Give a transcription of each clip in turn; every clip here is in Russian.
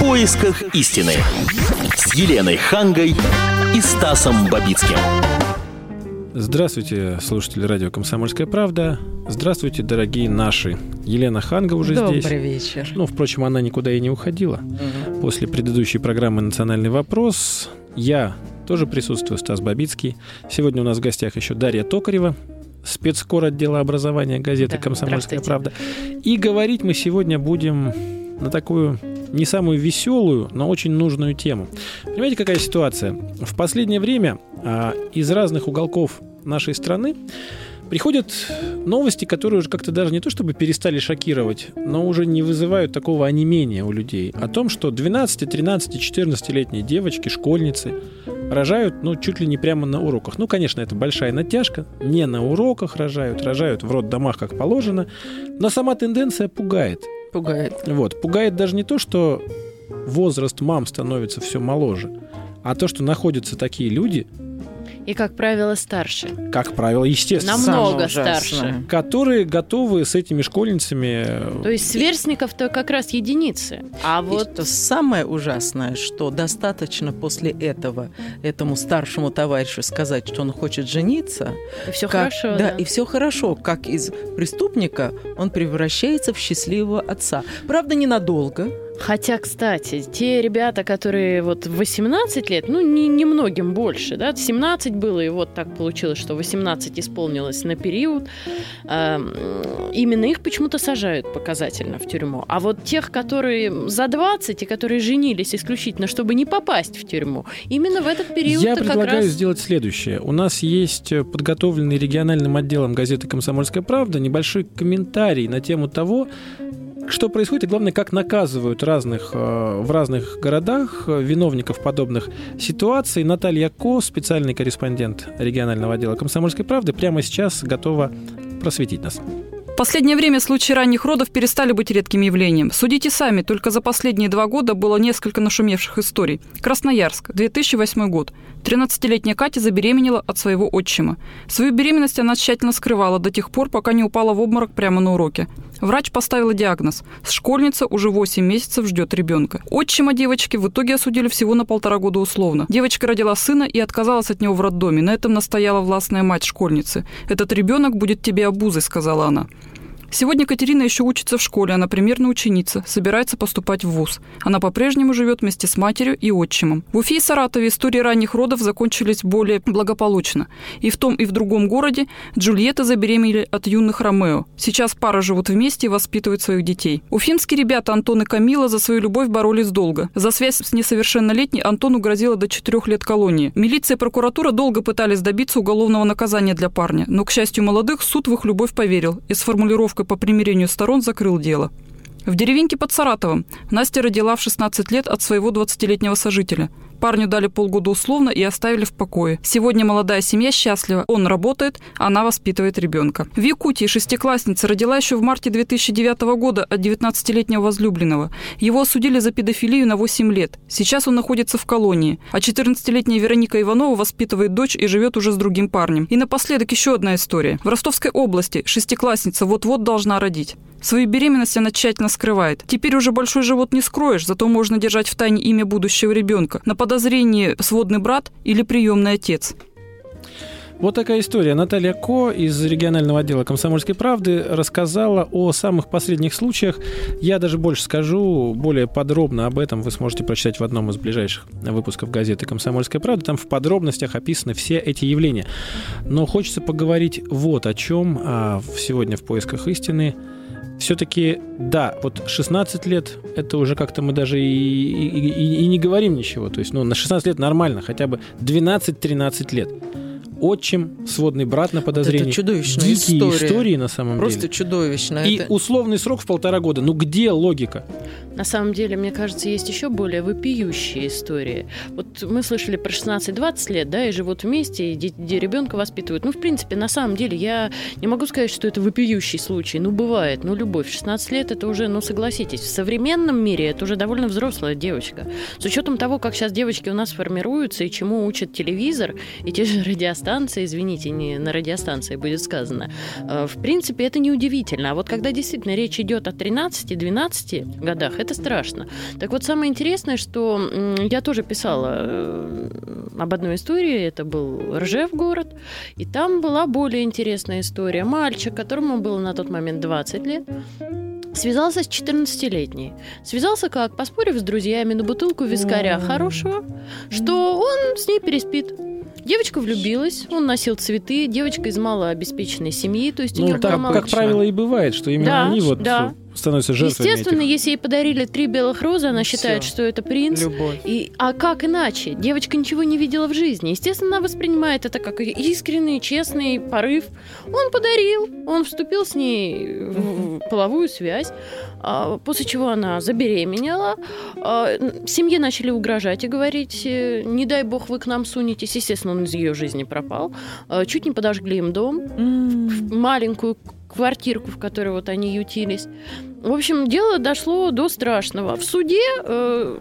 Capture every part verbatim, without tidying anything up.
В поисках истины с Еленой Хангой и Стасом Бабицким. Здравствуйте, слушатели радио «Комсомольская правда». Здравствуйте, дорогие наши. Елена Ханга уже Добрый здесь. Добрый вечер. Ну, впрочем, она никуда и не уходила. Угу. После предыдущей программы «Национальный вопрос» я тоже присутствую, Стас Бабицкий. Сегодня у нас в гостях еще Дарья Токарева, спецкор отдела образования газеты да, «Комсомольская правда». И говорить мы сегодня будем на такую не самую веселую, но очень нужную тему. Понимаете, какая ситуация? В последнее время а, из разных уголков нашей страны приходят новости, которые уже как-то даже не то чтобы перестали шокировать, но уже не вызывают такого онемения у людей. О том, что двенадцати-, тринадцати-, четырнадцатилетние девочки, школьницы рожают, ну, чуть ли не прямо на уроках. Ну, конечно, это большая натяжка. Не на уроках рожают, рожают в роддомах, как положено. Но сама тенденция пугает. Пугает. Вот. Пугает даже не то, что возраст мам становится все моложе, а то, что находятся такие люди... И, как правило, старше. Как правило, естественно. Намного старше. Которые готовы с этими школьницами... То есть сверстников-то как раз единицы. А вот... И самое ужасное, что достаточно после этого этому старшему товарищу сказать, что он хочет жениться. И все как, хорошо. Да, да, и все хорошо. Как из преступника он превращается в счастливого отца. Правда, ненадолго. Хотя, кстати, те ребята, которые вот в восемнадцать лет, ну, не, не многим больше, да, семнадцать было, и вот так получилось, что восемнадцать исполнилось на период, э, именно их почему-то сажают показательно в тюрьму. А вот тех, которые за двадцать и которые женились исключительно, чтобы не попасть в тюрьму, именно в этот период Я как предлагаю раз... сделать следующее. У нас есть подготовленный региональным отделом газеты «Комсомольская правда» небольшой комментарий на тему того, что происходит и, главное, как наказывают разных, в разных городах виновников подобных ситуаций. Наталья Ко, специальный корреспондент регионального отдела «Комсомольской правды», прямо сейчас готова просветить нас. В последнее время случаи ранних родов перестали быть редким явлением. Судите сами, только за последние два года было несколько нашумевших историй. Красноярск, две тысячи восьмой год. тринадцатилетняя Катя забеременела от своего отчима. Свою беременность она тщательно скрывала до тех пор, пока не упала в обморок прямо на уроке. Врач поставила диагноз. Школьница уже восемь месяцев ждет ребенка. Отчима девочки в итоге осудили всего на полтора года условно. Девочка родила сына и отказалась от него в роддоме. На этом настояла властная мать школьницы. «Этот ребенок будет тебе обузой», — сказала она. Сегодня Катерина еще учится в школе, она примерно ученица, собирается поступать в вуз. Она по-прежнему живет вместе с матерью и отчимом. В Уфе и Саратове истории ранних родов закончились более благополучно. И в том, и в другом городе Джульетта забеременели от юных Ромео. Сейчас пара живут вместе и воспитывают своих детей. Уфимские ребята Антон и Камила за свою любовь боролись долго. За связь с несовершеннолетней Антону грозило до четырех лет колонии. Милиция и прокуратура долго пытались добиться уголовного наказания для парня, но, к счастью молодых, суд в их любовь поверил и с формулировкой по примирению сторон закрыл дело. В деревеньке под Саратовом Настя родила в шестнадцать лет от своего двадцатилетнего сожителя. Парню дали полгода условно и оставили в покое. Сегодня молодая семья счастлива. Он работает, она воспитывает ребенка. В Якутии шестиклассница родила еще в марте две тысячи девятого года от девятнадцатилетнего возлюбленного. Его осудили за педофилию на восемь лет. Сейчас он находится в колонии. А четырнадцатилетняя Вероника Иванова воспитывает дочь и живет уже с другим парнем. И напоследок еще одна история. В Ростовской области шестиклассница вот-вот должна родить. Свою беременность она тщательно скрывает. Теперь уже большой живот не скроешь, зато можно держать в тайне имя будущего ребенка. На подозрении сводный брат или приемный отец. Вот такая история. Наталья Ко из регионального отдела «Комсомольской правды» рассказала о самых последних случаях. Я даже больше скажу, более подробно об этом вы сможете прочитать в одном из ближайших выпусков газеты «Комсомольская правда». Там в подробностях описаны все эти явления. Но хочется поговорить вот о чем а, сегодня в «Поисках истины». Все-таки, да, вот шестнадцать лет, это уже как-то мы даже и, и, и, и не говорим ничего. То есть, ну, на шестнадцать лет нормально, хотя бы двенадцать-тринадцать лет. Отчим, сводный брат на подозрении. Это чудовищная Дикие история. истории на самом Просто деле. Просто чудовищно. И это... условный срок в полтора года. Ну где логика? На самом деле, мне кажется, есть еще более вопиющие истории. Вот мы слышали про шестнадцать-двадцать лет, да, и живут вместе, и де- ребенка воспитывают. Ну, в принципе, на самом деле, я не могу сказать, что это вопиющий случай. Ну, бывает. Ну, любовь. шестнадцать лет, это уже, ну, согласитесь, в современном мире это уже довольно взрослая девочка. С учетом того, как сейчас девочки у нас формируются, и чему учат телевизор, и те же радиостанции, извините, не на радиостанции будет сказано, в принципе, это неудивительно. А вот когда действительно речь идет о тринадцати-двенадцати годах, годах. Это страшно. Так вот, самое интересное, что я тоже писала об одной истории. Это был Ржев город. И там была более интересная история. Мальчик, которому было на тот момент двадцать лет, связался с четырнадцатилетней. Связался как? Поспорив с друзьями на бутылку вискаря хорошего, что он с ней переспит. Девочка влюбилась, он носил цветы, девочка из малообеспеченной семьи, то есть у ну, них так, мало... как правило, и бывает, что именно да, они вот да. становятся жертвами. Естественно, этих... если ей подарили три белых розы, она считает, Всё. что это принц. Любовь. И, а как иначе? Девочка ничего не видела в жизни. Естественно, она воспринимает это как искренний, честный порыв. Он подарил, он вступил с ней в половую связь, после чего она забеременела. Семье начали угрожать и говорить: не дай бог вы к нам сунетесь. Естественно, он из ее жизни пропал. Чуть не подожгли им дом, в маленькую квартирку, в которой вот они ютились. В общем, дело дошло до страшного. В суде э,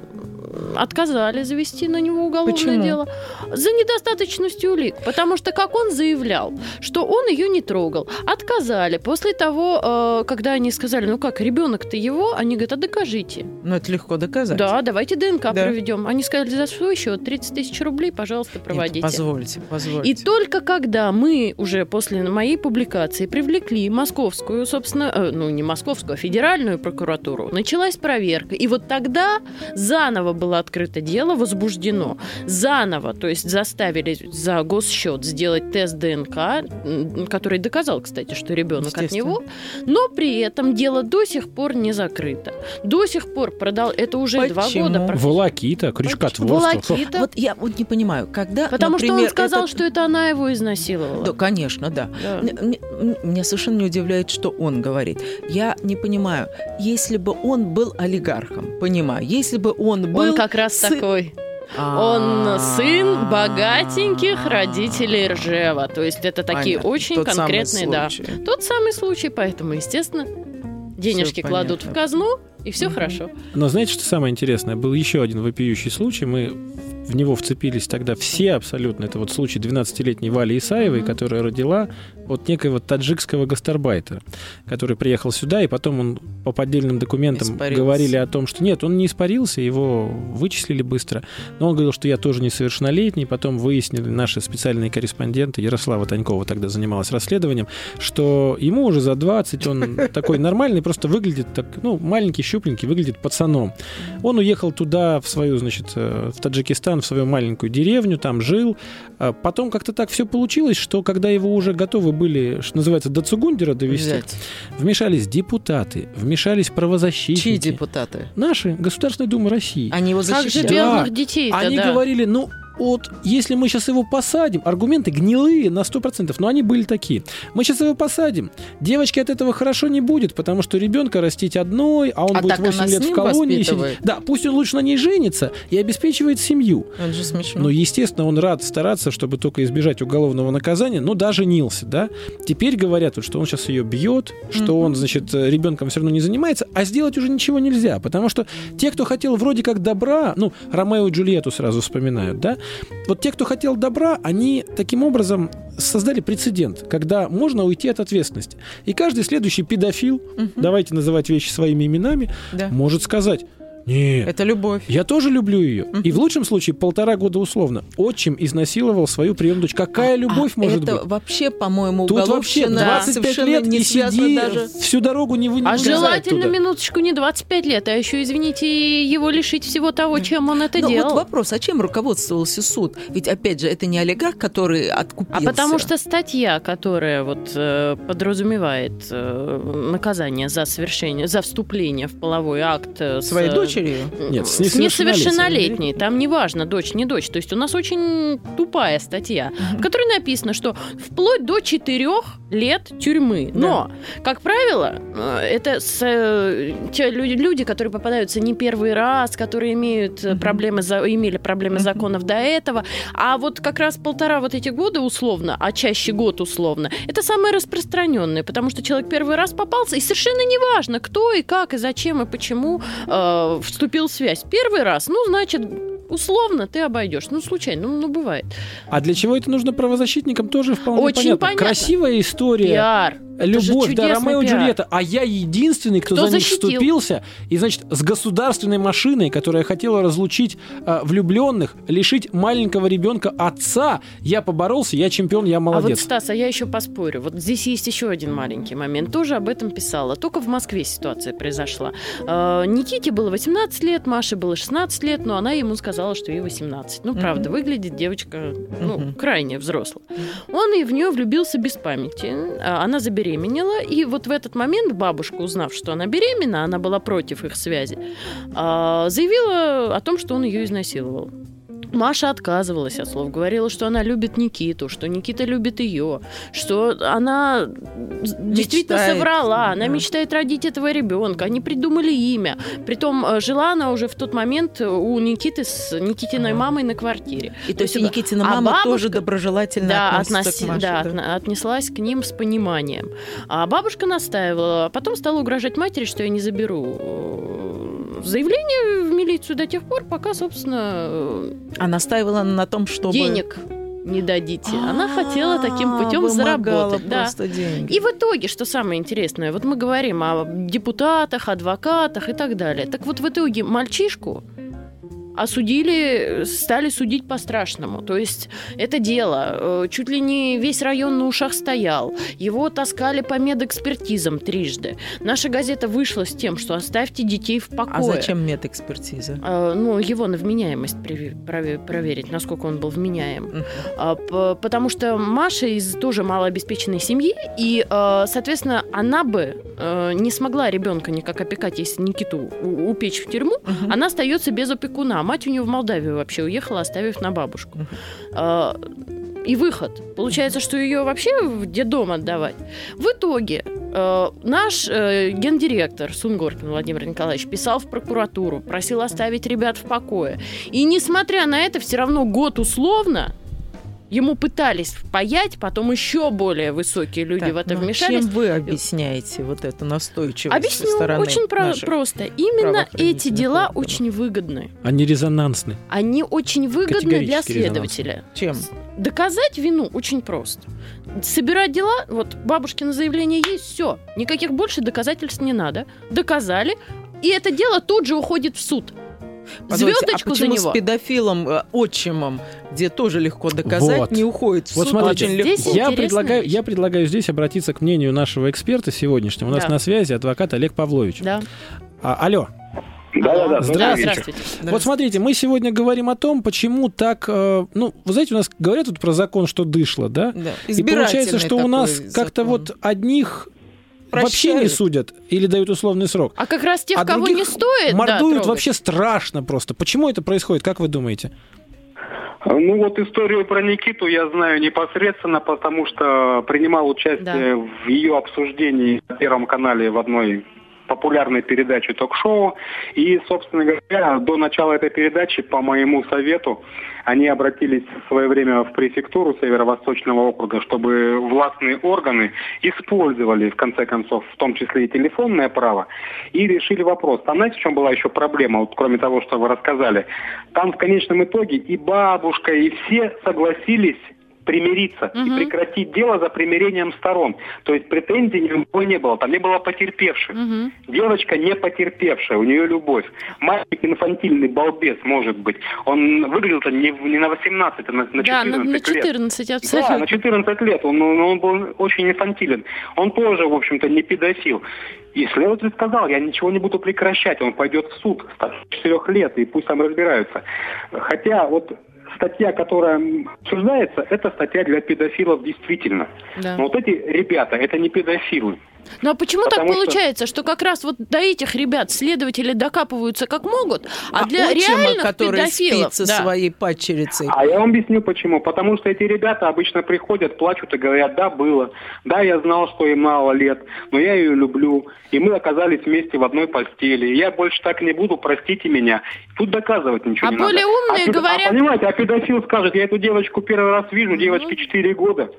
отказали завести на него уголовное Почему? дело за недостаточностью улик. Потому что, как он заявлял, что он ее не трогал, отказали. После того, э, когда они сказали, ну как, ребенок-то его, они говорят, а докажите. Ну, это легко доказать. Да, давайте ДНК Да. проведем. Они сказали, за что еще? тридцать тысяч рублей, пожалуйста, проводите. Нет, позвольте, позвольте. И только когда мы уже после моей публикации привлекли московскую, собственно, э, ну не московскую, а федеральную прокуратуру, началась проверка. И вот тогда заново было открыто дело, возбуждено. Заново, то есть заставили за госсчет сделать тест ДНК, м, который доказал, кстати, что ребенок от него, но при этом дело до сих пор не закрыто. До сих пор продал, это уже два Почему? года. прошло. Волокита, крючкотворство. Волокита. Вот я вот не понимаю, когда, Потому например, что он сказал, этот- что это она его изнасиловала. Да, конечно, да. Да. М- м- Меня совершенно не удивляет, что он говорит. Я не понимаю, если бы он был олигархом, понимаю, если бы он был... Он как раз сы- такой. А-а-а. Он сын богатеньких родителей Ржева. То есть это такие Понятно. очень Тот самый конкретные, да. случай. Тот самый случай, поэтому, естественно, денежки Всё кладут понятно. в казну, и все хорошо. Но знаете, что самое интересное? Был еще один вопиющий случай. Мы в него вцепились тогда все абсолютно. Это вот случай двенадцатилетней Вали Исаевой, которая родила от некоего таджикского гастарбайтера, который приехал сюда, и потом он по поддельным документам Испарился. говорили о том, что нет, он не испарился, его вычислили быстро. Но он говорил, что я тоже несовершеннолетний. Потом выяснили наши специальные корреспонденты, Ярослава Танькова тогда занималась расследованием, что ему уже за двадцать, он такой нормальный, просто выглядит так, ну, маленький, щупленький, выглядит пацаном. Он уехал туда, в свою, значит, в Таджикистан, в свою маленькую деревню, там жил. А потом как-то так все получилось, что когда его уже готовы были, что называется, до Цугундера довести, Взять. вмешались депутаты, вмешались правозащитники. Чьи депутаты? Наши, Государственной Думы России. Они его Как же защищают. Да. бедных детей-то, Они да. говорили, ну, вот если мы сейчас его посадим, аргументы гнилые на сто процентов, но они были такие. Мы сейчас его посадим, девочке от этого хорошо не будет, потому что ребенка растить одной, а он А будет так восемь она с лет в ним колонии сидеть. воспитывает? Да, пусть он лучше на ней женится и обеспечивает семью. Он же смешно. Но, естественно, он рад стараться, чтобы только избежать уголовного наказания, но да, женился, да. Теперь говорят, вот, что он сейчас ее бьет, что он, значит, ребенком все равно не занимается, а сделать уже ничего нельзя, потому что те, кто хотел вроде как добра, ну, Ромео и Джульетту сразу вспоминают, да, вот те, кто хотел добра, они таким образом создали прецедент, когда можно уйти от ответственности. И каждый следующий педофил, давайте называть вещи своими именами, Да. может сказать: нет, Это любовь. я тоже люблю ее. И в лучшем случае полтора года условно. Отчим изнасиловал свою приемную дочь. Какая любовь А может это быть? вообще, по-моему, Тут вообще уголовщина двадцать пять совершенно лет не и связана сиди даже. всю дорогу не вы- не А вылезай желательно, оттуда. минуточку, не двадцать пять лет, а еще, извините, его лишить всего того, чем он это Но делал. вот вопрос, а чем руководствовался суд? Ведь, опять же, это не олигарх, который откупился. А потому что статья, которая вот э, подразумевает э, наказание за совершение, за вступление в половой акт э, с, Своей э, дочерью? Нет, с с несовершеннолетней. несовершеннолетней, там неважно, дочь, не дочь. То есть у нас очень тупая статья, в которой написано, что вплоть до четырех лет тюрьмы. Но, как правило, э, это с, э, те люди, люди, которые попадаются не первый раз, которые имеют э, проблемы, за- имели проблемы законов до этого, а вот как раз полтора вот эти года условно, а чаще год условно, это самое распространенное, потому что человек первый раз попался, и совершенно неважно, кто и как, и зачем, и почему э, вступил в связь. Первый раз, ну, значит, условно ты обойдешь. Ну, случайно, ну, ну бывает. А для чего это нужно правозащитникам, тоже вполне Очень понятно. понятно. Красивая история. Пиар. Любовь, да, Ромео и пиар. Джульетта. А я единственный, кто, Кто за них защитил. вступился. И, значит, с государственной машиной, которая хотела разлучить а, влюбленных, лишить маленького ребенка отца, я поборолся, я чемпион, я А вот, молодец. Стас, а я еще поспорю. Вот здесь есть еще один маленький момент. Тоже об этом писала. Только в Москве ситуация произошла. Э, Никите было восемнадцать лет, Маше было шестнадцать лет, но она ему сказала, что ей восемнадцать. Ну, правда, Мгм. выглядит девочка, ну, Мгм. крайне взрослая. Он и в нее влюбился без памяти. А Она забеременела, и вот в этот момент бабушка, узнав, что она беременна, она была против их связи, а, заявила о том, что он ее изнасиловал. Маша отказывалась от слов, говорила, что она любит Никиту, что Никита любит ее, что она действительно Мечтает, соврала, она да. мечтает родить этого ребенка, они придумали имя. Притом э, жила она уже в тот момент у Никиты с Никитиной мамой на квартире. И то есть есть, Никитина а мама бабушка- тоже доброжелательно Да, относится относи- к Маше. да, да? отна- отнеслась к ним с пониманием. А бабушка настаивала, а потом стала угрожать матери, что я не заберу э, заявление в милицию до тех пор, пока, собственно, э, А настаивала на том, чтобы... денег не дадите. Она хотела таким путем вымогала заработать. Да. просто деньги. И в итоге, что самое интересное, вот мы говорим о депутатах, адвокатах и так далее. Так вот в итоге мальчишку осудили, стали судить по-страшному. То есть это дело, э, чуть ли не весь район на ушах стоял. Его таскали по медэкспертизам трижды. Наша газета вышла с тем, что оставьте детей в покое. А зачем медэкспертиза? Э, Ну, его на вменяемость приве- прове- проверить, насколько он был вменяем. Мгм. А, п- Потому что Маша из тоже малообеспеченной семьи, и, э, соответственно, она бы э, не смогла ребенка никак опекать, если Никиту у- упечь в тюрьму, Мгм. она остается без опекуна. Мать у нее в Молдавию вообще уехала, оставив на бабушку. Мгм. А, И выход. Получается, что ее вообще в детдом отдавать. В итоге э, наш э, гендиректор Сунгоркин Владимир Николаевич писал в прокуратуру, просил оставить ребят в покое. И несмотря на это, все равно год условно ему пытались впаять, потом еще более высокие люди Так, в это ну, вмешались. Чем вы объясняете вот эту настойчивость Объясню со стороны очень про- наших просто. Именно правоохранительных эти дела органов? очень выгодны. Они резонансны. Они очень выгодны для Категорически следователя. Чем? Доказать вину очень просто. Собирать дела, вот бабушкино заявление есть, все. Никаких больше доказательств не надо. Доказали, и это дело тут же уходит в суд. Позвольте, Звездочку а за почему него. с педофилом, э, отчимом, где тоже легко доказать, Вот. не уходит в Вот суд смотрите, очень здесь легко? Я интересная предлагаю, вещь. я предлагаю здесь обратиться к мнению нашего эксперта сегодняшнего. У нас Да. на связи адвокат Олег Павлович. Да. А, алло. Да-да-да, Здравствуйте. добрый вечер. Вот смотрите, мы сегодня говорим о том, почему так... э, ну, вы знаете, у нас говорят тут про закон, что дышло, да? Да. И получается, что у нас Избирательный как-то такой вот закон. одних вообще не Прощают. судят или дают условный срок. А как раз тех, А кого других не стоит, да, мордуют трогать. вообще страшно просто. Почему это происходит, как вы думаете? Ну вот историю про Никиту я знаю непосредственно, потому что принимал участие Да. в ее обсуждении на Первом канале в одной популярной передаче ток-шоу. И, собственно говоря, до начала этой передачи, по моему совету, они обратились в свое время в префектуру Северо-Восточного округа, чтобы властные органы использовали, в конце концов, в том числе и телефонное право, и решили вопрос. Там, знаете, в чем была еще проблема, вот, кроме того, что вы рассказали? Там в конечном итоге и бабушка, и все согласились примириться Мгм. и прекратить дело за примирением сторон. То есть претензий никакой не было, там не было потерпевших. Мгм. Девочка не потерпевшая, у нее любовь. Мальчик инфантильный балбес, может быть. Он выглядел-то не, в- не на восемнадцать, а на, на Да, четырнадцать на, на лет. четырнадцать абсолютно. Да, на четырнадцать лет. Он, он, он был очень инфантилен. Он тоже, в общем-то, не педофил. И следователь сказал, я ничего не буду прекращать. Он пойдет в суд с четырех лет, и пусть там разбираются. Хотя вот статья, которая обсуждается, это статья для педофилов действительно. Да. Но вот эти ребята, это не педофилы. Ну а почему так Потому что- получается, что как раз вот до этих ребят следователи докапываются как могут, а, А для отчима, реальных который педофилов... спит со да. своей падчерицей. А я вам объясню почему. Потому что эти ребята обычно приходят, плачут и говорят, да, было. Да, я знал, что им мало лет, но я ее люблю. И мы оказались вместе в одной постели. И я больше так не буду, простите меня. Тут доказывать ничего А не более надо. умные а, пед- говорят- а понимаете, а педофил скажет, я эту девочку первый раз вижу, девочке четыре года.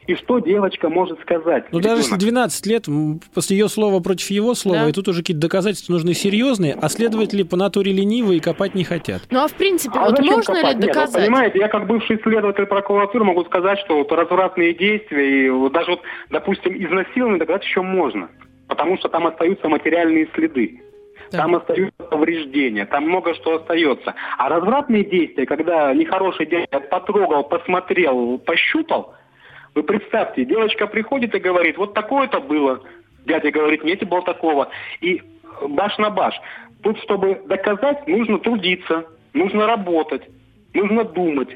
И что девочка может сказать? Ну, даже если двенадцать лет, после ее слова против его слова, да. И тут уже какие-то доказательства нужны серьезные, а следователи по натуре ленивые и копать не хотят. Ну, а в принципе, а вот можно копать? ли доказать? Нет, понимаете, я как бывший следователь прокуратуры могу сказать, что вот развратные действия, и вот даже, вот, допустим, изнасилование доказать еще можно, потому что там остаются материальные следы. Да. Там остаются повреждения, там много что остается. А развратные действия, когда нехороший дядя потрогал, посмотрел, пощупал, вы представьте, девочка приходит и говорит, вот такое-то было. Дядя говорит, нет, не было такого. И баш на баш. Тут, чтобы доказать, нужно трудиться, нужно работать, нужно думать.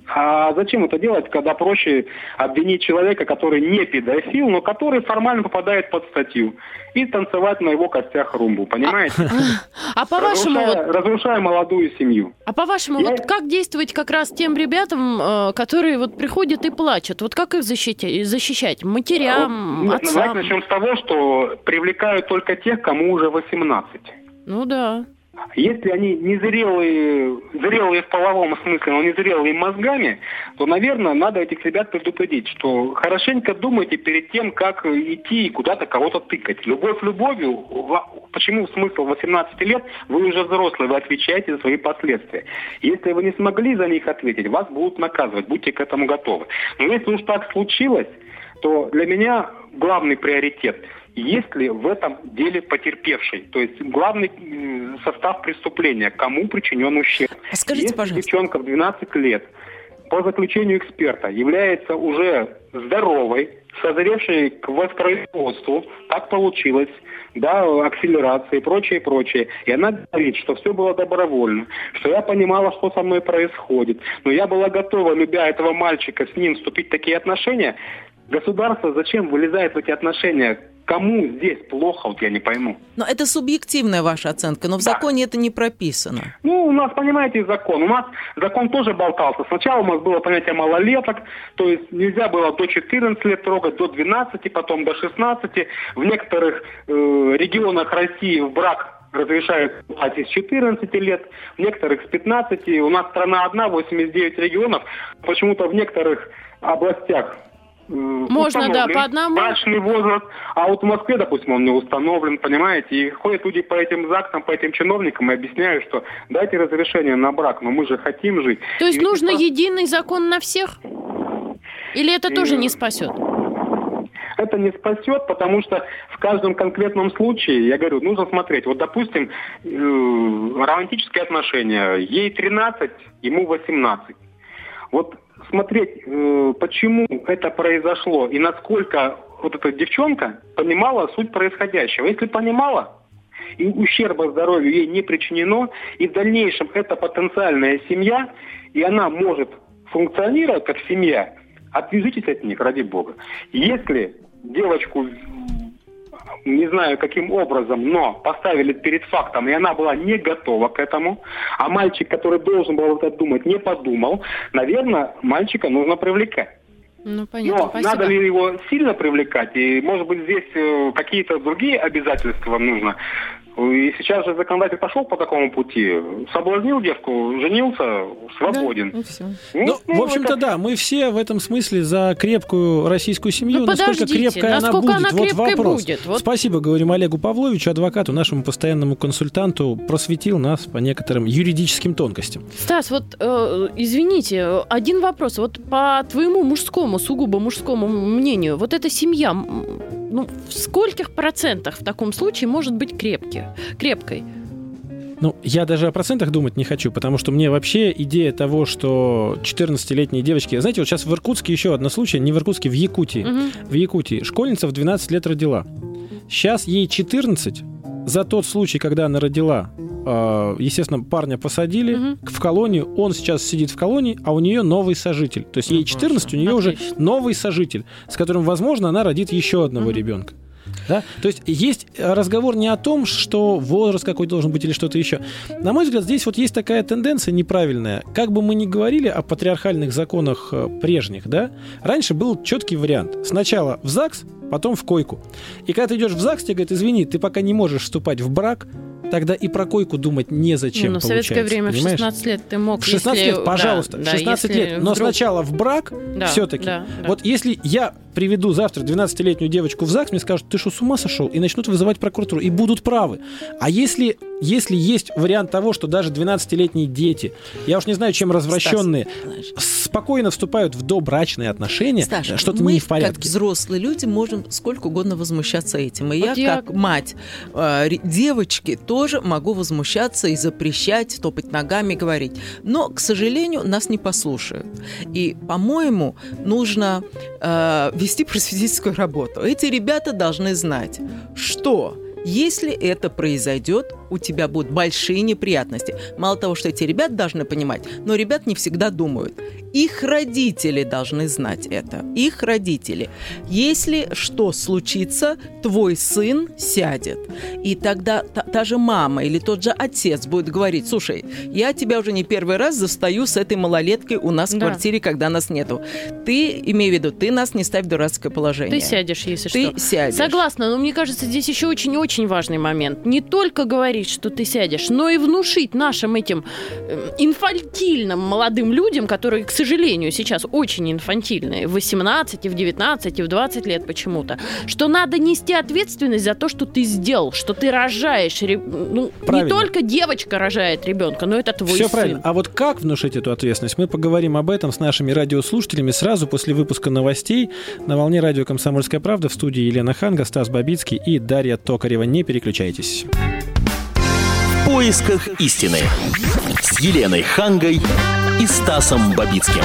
А зачем это делать, когда проще обвинить человека, который не педофил, но который формально попадает под статью, и танцевать на его костях румбу, понимаете? А, а по-вашему... Разрушая, вот... разрушая молодую семью. А по-вашему, Я... вот как действовать как раз тем ребятам, которые вот приходят и плачут? Вот как их защитить, защищать? Матерям, вот, отцам? Давайте начнем с того, что привлекают только тех, кому уже восемнадцать. Ну да. Если они незрелые, зрелые в половом смысле, но незрелые мозгами, то, наверное, надо этих ребят предупредить, что хорошенько думайте перед тем, как идти и куда-то кого-то тыкать. Любовь любовью, почему смысл восемнадцати лет? Вы уже взрослые, вы отвечаете за свои последствия. Если вы не смогли за них ответить, вас будут наказывать, будьте к этому готовы. Но если уж так случилось, то для меня главный приоритет – есть ли в этом деле потерпевший, то есть главный состав преступления, кому причинен ущерб. А скажите, Если пожалуйста, девчонка в двенадцать лет, по заключению эксперта, является уже здоровой, созревшей к воспроизводству, так получилось, да, акселерация и прочее, прочее. И она говорит, что все было добровольно, что я понимала, что со мной происходит, но я была готова, любя этого мальчика, с ним вступить в такие отношения. Государство зачем вылезает в эти отношения? Кому здесь плохо, вот я не пойму. Но это субъективная ваша оценка, но в да. законе это не прописано. Ну, у нас, понимаете, закон. У нас закон тоже болтался. Сначала у нас было понятие малолеток, то есть нельзя было до четырнадцати лет трогать, до двенадцати, потом до шестнадцати. В некоторых э, регионах России в брак разрешают с четырнадцати лет, в некоторых с пятнадцати. У нас страна одна, восемьдесят девять регионов. Почему-то в некоторых областях можно, да, по одному. Брачный возраст, а вот в Москве, допустим, он не установлен, понимаете, и ходят люди по этим ЗАГСам, по этим чиновникам и объясняют, что дайте разрешение на брак, но мы же хотим жить. То есть и нужно просто... единый закон на всех? Или это и... тоже не спасет? Это не спасет, потому что в каждом конкретном случае, я говорю, нужно смотреть. Вот, допустим, романтические отношения, ей тринадцать, ему восемнадцать. Вот смотреть, э, почему это произошло и насколько вот эта девчонка понимала суть происходящего. Если понимала, и ущерба здоровью ей не причинено, и в дальнейшем это потенциальная семья, и она может функционировать как семья, отвяжитесь от них, ради бога. Если девочку, не знаю каким образом, но поставили перед фактом, и она была не готова к этому, а мальчик, который должен был это думать, не подумал, наверное, мальчика нужно привлекать. Ну, понятно, но спасибо. Надо ли его сильно привлекать? И, может быть, здесь э, какие-то другие обязательства нужно? И сейчас же законодатель пошел по такому пути. Соблазнил девку, женился, свободен. Да, и все. Ну, ну, в общем-то, это... да, мы все в этом смысле за крепкую российскую семью. Ну, насколько крепкая она будет, она вот вопрос. Будет? Вот... Спасибо, говорим Олегу Павловичу, адвокату, нашему постоянному консультанту, просветил нас по некоторым юридическим тонкостям. Стас, вот э, извините, один вопрос. Вот по твоему мужскому, сугубо мужскому мнению, вот эта семья, ну, в скольких процентах в таком случае может быть крепкой? крепкой? Ну, я даже о процентах думать не хочу, потому что мне вообще идея того, что четырнадцатилетние девочки... Знаете, вот сейчас в Иркутске еще один случай, не в Иркутске, в Якутии. Угу. В Якутии школьница в двенадцать лет родила. Сейчас ей четырнадцать. За тот случай, когда она родила, естественно, парня посадили угу. в колонию. Он сейчас сидит в колонии, а у нее новый сожитель. То есть ей четырнадцать, у нее Отлично. Уже новый сожитель, с которым, возможно, она родит еще одного угу. ребенка. Да? То есть есть разговор не о том, что возраст какой должен быть или что-то еще. На мой взгляд, здесь вот есть такая тенденция неправильная. Как бы мы ни говорили о патриархальных законах прежних, да, раньше был четкий вариант. Сначала в ЗАГС, потом в койку. И когда ты идешь в ЗАГС, тебе говорят, извини, ты пока не можешь вступать в брак, тогда и про койку думать незачем. Ну, но в советское время понимаешь? в шестнадцать лет ты мог... В шестнадцать если... лет, пожалуйста, да, в шестнадцать да, лет. Но вдруг... сначала в брак да, все-таки. Да, да. Вот если я приведу завтра двенадцатилетнюю девочку в ЗАГС, мне скажут, ты что, с ума сошел? И начнут вызывать прокуратуру. И будут правы. А если, если есть вариант того, что даже двенадцатилетние дети, я уж не знаю, чем развращенные, Стас, спокойно вступают в добрачные отношения, Стас, что-то мы, не в порядке. как взрослые люди, можем сколько угодно возмущаться этим. И вот я, я, как мать э, девочки, тоже могу возмущаться и запрещать, топать ногами, говорить. Но, к сожалению, нас не послушают. И, по-моему, нужно э, вести просветительскую работу. Эти ребята должны знать, что если это произойдет, у тебя будут большие неприятности. Мало того, что эти ребята должны понимать, но ребят не всегда думают. Их родители должны знать это. Их родители. Если что случится, твой сын сядет. И тогда та, та же мама или тот же отец будет говорить: слушай, я тебя уже не первый раз застаю с этой малолеткой у нас в да. квартире, когда нас нету. Ты, имей в виду, ты нас не ставь в дурацкое положение. Ты сядешь, если ты что. Ты сядешь. Согласна, но мне кажется, здесь еще очень-очень важный момент. Не только говорить, что ты сядешь, но и внушить нашим этим инфантильным молодым людям, которые, к сожалению, сейчас очень инфантильные, в восемнадцать, и в девятнадцать, и в двадцать лет почему-то, что надо нести ответственность за то, что ты сделал, что ты рожаешь. Ну, не только девочка рожает ребенка, но это твой Все сын. правильно. А вот как внушить эту ответственность? Мы поговорим об этом с нашими радиослушателями сразу после выпуска новостей на волне радио «Комсомольская правда». В студии Елена Ханга, Стас Бабицкий и Дарья Токарева. Не переключайтесь. В поисках истины с Еленой Хангой и Стасом Бабицким.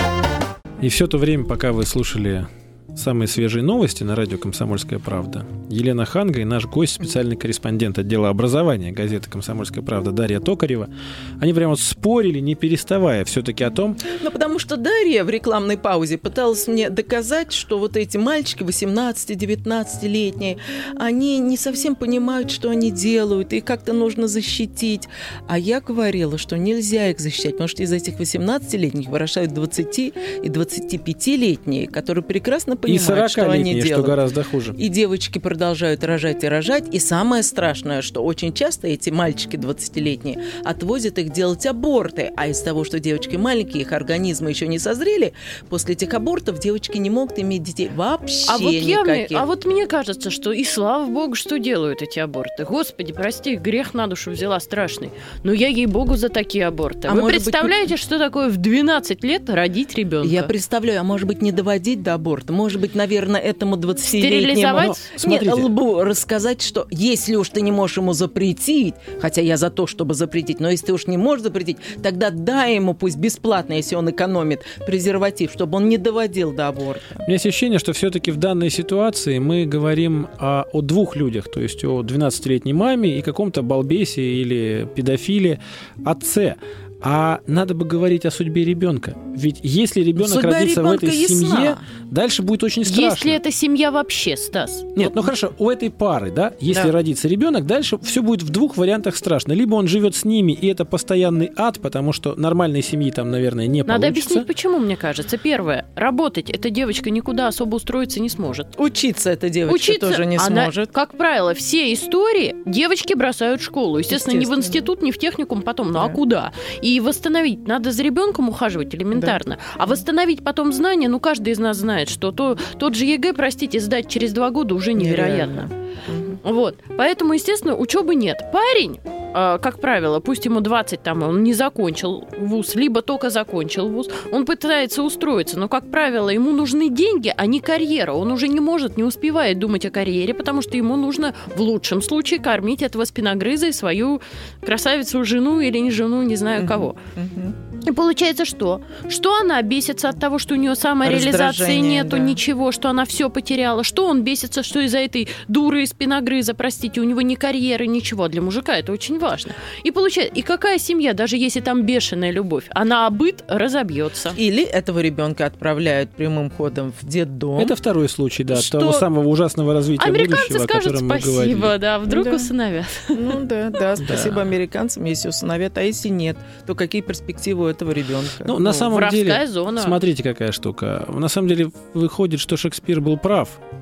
И все то время, пока вы слушали самые свежие новости на радио «Комсомольская правда», Елена Ханга и наш гость, специальный корреспондент отдела образования газеты «Комсомольская правда» Дарья Токарева, они прямо вот спорили, не переставая, все-таки о том... Ну, потому что Дарья в рекламной паузе пыталась мне доказать, что вот эти мальчики восемнадцати-девятнадцатилетние, они не совсем понимают, что они делают, их как-то нужно защитить. А я говорила, что нельзя их защищать, потому что из этих восемнадцатилетних вырастают двадцати- и двадцатипятилетние, которые прекрасно понимают, что они делают. Что гораздо хуже. И девочки продолжают рожать и рожать. И самое страшное, что очень часто эти мальчики двадцатилетние отвозят их делать аборты. А из-за того, что девочки маленькие, их организмы еще не созрели, после этих абортов девочки не могут иметь детей вообще а вот никаких. Я, а вот мне кажется, что и слава богу, что делают эти аборты. Господи, прости, грех на душу взяла страшный. Но я, ей-богу, за такие аборты. А Вы представляете, быть... что такое в двенадцать лет родить ребенка? Я представляю, а может быть не доводить до аборта? Может быть, наверное, этому двадцатилетнему Смотрите. лбу рассказать, что если уж ты не можешь ему запретить, хотя я за то, чтобы запретить, но если ты уж не можешь запретить, тогда дай ему, пусть бесплатно, если он экономит, презерватив, чтобы он не доводил до аборта. У меня есть ощущение, что все-таки в данной ситуации мы говорим о, о двух людях, то есть о двенадцатилетней маме и каком-то балбесе или педофиле отце. А надо бы говорить о судьбе ребенка. Ведь если ребенок Судьба родится в этой ясна. семье, дальше будет очень страшно. Если это семья вообще, Стас. Нет, вот... ну хорошо, у этой пары, да, если да. родится ребенок, дальше все будет в двух вариантах страшно. Либо он живет с ними, и это постоянный ад, потому что нормальной семьи там, наверное, не Надо получится. объяснить, почему, мне кажется. Первое. Работать эта девочка никуда особо устроиться не сможет. Учиться эта девочка Учиться тоже не она, сможет. Как правило, все истории девочки бросают школу. Естественно, Естественно. не в институт, не в техникум потом. Ну да. а куда? И восстановить. Надо за ребенком ухаживать элементарно. Да. А восстановить потом знания, ну, каждый из нас знает, что то, тот же ЕГЭ, простите, сдать через два года уже невероятно. Угу. Вот. Поэтому, естественно, учебы нет. Парень, э, как правило, пусть ему двадцать, там, он не закончил вуз, либо только закончил вуз, он пытается устроиться, но, как правило, ему нужны деньги, а не карьера. Он уже не может, не успевает думать о карьере, потому что ему нужно в лучшем случае кормить этого спиногрыза и свою красавицу жену или не жену, не знаю кого. Угу. И получается что? Что она бесится от того, что у нее самореализации нету, да. ничего, что она все потеряла? Что он бесится, что из-за этой дуры и спиногрыза, простите, у него ни карьеры, ничего. Для мужика это очень важно. И получается, и какая семья, даже если там бешеная любовь, она быт разобьется. Или этого ребенка отправляют прямым ходом в детдом. Это второй случай, да, что... того самого ужасного развития американцы будущего, о котором мы говорили. Американцы скажут спасибо, да, вдруг да. усыновят. Ну да, да, спасибо американцам, если усыновят, а если нет, то какие перспективы у этого ребенка? Ну, на самом деле, зона. Смотрите, какая штука. На самом деле, выходит, что Шекспир был прав,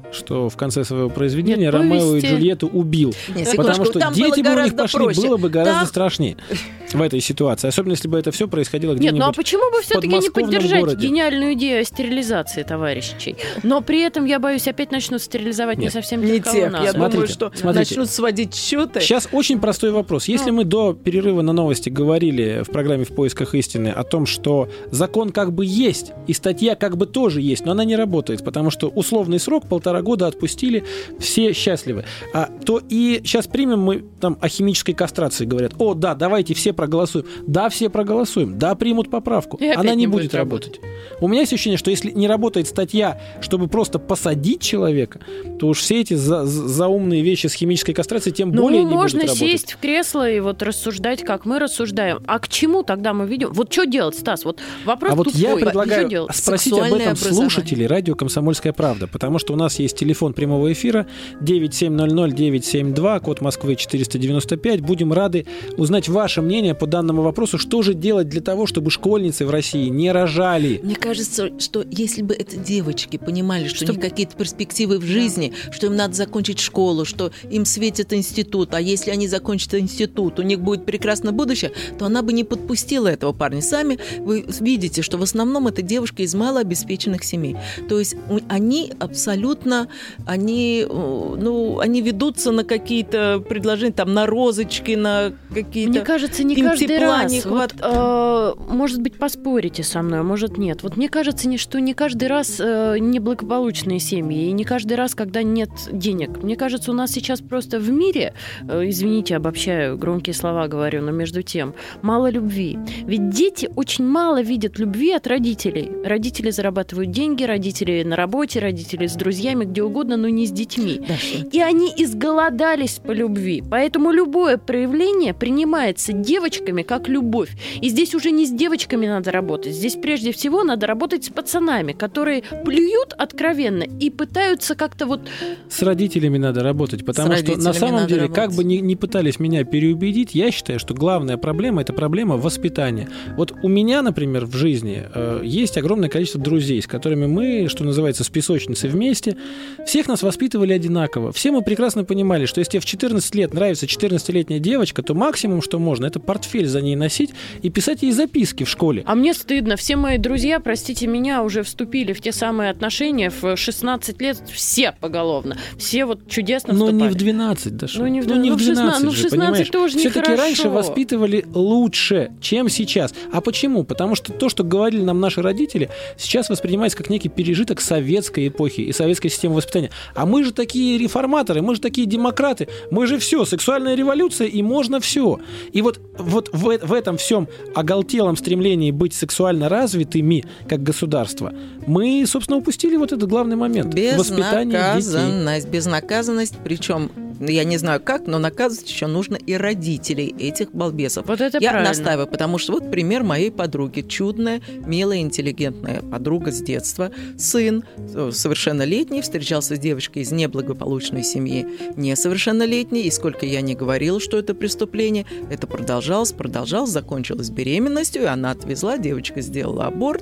что в конце своего произведения Нет, Ромео повести... и Джульетту убил. Нет, потому что там дети бы у них пошли, проще. было бы гораздо Там... страшнее в этой ситуации. Особенно, если бы это все происходило Нет, где-нибудь ну а почему бы все-таки не поддержать городе? гениальную идею о стерилизации товарищей? Но при этом, я боюсь, опять начнут стерилизовать Нет, не совсем не тех, кого тех. надо. Я Смотрите, думаю, что смотрите. начнут сводить счеты. Сейчас очень простой вопрос. Если Ну. мы до перерыва на новости говорили в программе «В поисках истины» о том, что закон как бы есть, и статья как бы тоже есть, но она не работает, потому что условный срок полтора года отпустили, все счастливы. А, то и сейчас примем мы там о химической кастрации, говорят, о, да, давайте все проголосуем. Да, все проголосуем. Да, примут поправку. И опять она не не будет будет работать. У меня есть ощущение, что если не работает статья, чтобы просто посадить человека, то уж все эти за- заумные вещи с химической кастрацией тем Ну, более не можно будут работать. сесть в кресло и вот рассуждать, как мы рассуждаем. А к чему тогда мы ведем? Вот что делать, Стас? Вот вопрос А вот тупой. я Что предлагаю делать? спросить об Сексуальное этом образование. слушателей радио «Комсомольская правда», потому что у нас есть телефон прямого эфира девять семь ноль ноль девять семь два, код Москвы четыреста девяносто пять. Будем рады узнать ваше мнение по данному вопросу. Что же делать для того, чтобы школьницы в России не рожали? Мне кажется, что если бы это девочки понимали, что Чтоб- у них какие-то перспективы в жизни, что им надо закончить школу, что им светит институт, а если они закончат институт, у них будет прекрасное будущее, то она бы не подпустила этого парня. Сами вы видите, что в основном это девушки из малообеспеченных семей. То есть у- они абсолютно, они, э, ну, они ведутся на какие-то предложения, там, на розочки, на какие-то... Мне кажется, не им каждый тепла раз. не Вот, э, может быть, поспорите со мной, а может нет. Вот мне кажется, не, что не каждый раз э, неблагополучные семьи, и не каждый раз, когда нет денег. Мне кажется, у нас сейчас просто в мире, э, извините, обобщаю, громкие слова говорю, но между тем, мало любви. Ведь дети очень мало видят любви от родителей. Родители зарабатывают деньги, родители на работе, родители с друзьями, где угодно, но не с детьми. И они изголодались по любви. Поэтому любое проявление принимается девочками как любовь. И здесь уже не с девочками надо работать. Здесь прежде всего надо работать с пацанами, которые плюют откровенно и пытаются как-то вот... С родителями надо работать, потому С что на родителями самом надо деле, работать. как бы ни, ни пытались меня переубедить, я считаю, что главная проблема – это проблема воспитания. Вот у меня, например, в жизни э, есть огромное количество друзей, с которыми мы, что называется, с песочницы вместе. Всех нас воспитывали одинаково. Все мы прекрасно понимали, что если тебе в четырнадцать лет нравится четырнадцатилетняя девочка, то максимум, что можно, это портфель за ней носить и писать ей записки в школе. А мне стыдно. Все мои друзья, простите меня, уже вступили в те самые отношения в шестнадцать лет. Все поголовно. Все вот чудесно Но вступали. не в двенадцать, Даша. Ну, не в Ну, не в двенадцать, двенадцать ну, в же, шестнадцать понимаешь? тоже Все-таки нехорошо. раньше воспитывали лучше, чем сейчас. А почему? Потому что то, что говорили нам наши родители, сейчас воспринимается как некий пережиток советской эпохи и советской системы воспитания. А мы же такие реформаторы, мы же такие демократы, мы же все, сексуальная революция, и можно все. И вот, вот в, в этом всем оголтелом стремлении быть сексуально развитыми, как государство, мы, собственно, упустили вот этот главный момент. Воспитание детей. Безнаказанность. Безнаказанность, причем, я не знаю как, но наказывать еще нужно и родителей этих балбесов. Вот это Я правильно. настаиваю, потому что вот пример моей подруги. Чудная, милая, интеллигентная подруга с детства. Сын э, совершеннолетний, встречался с девочкой из неблагополучной семьи, несовершеннолетней. И сколько я не говорила, что это преступление, это продолжалось, продолжалось, закончилось беременностью, и она отвезла, девочка сделала аборт,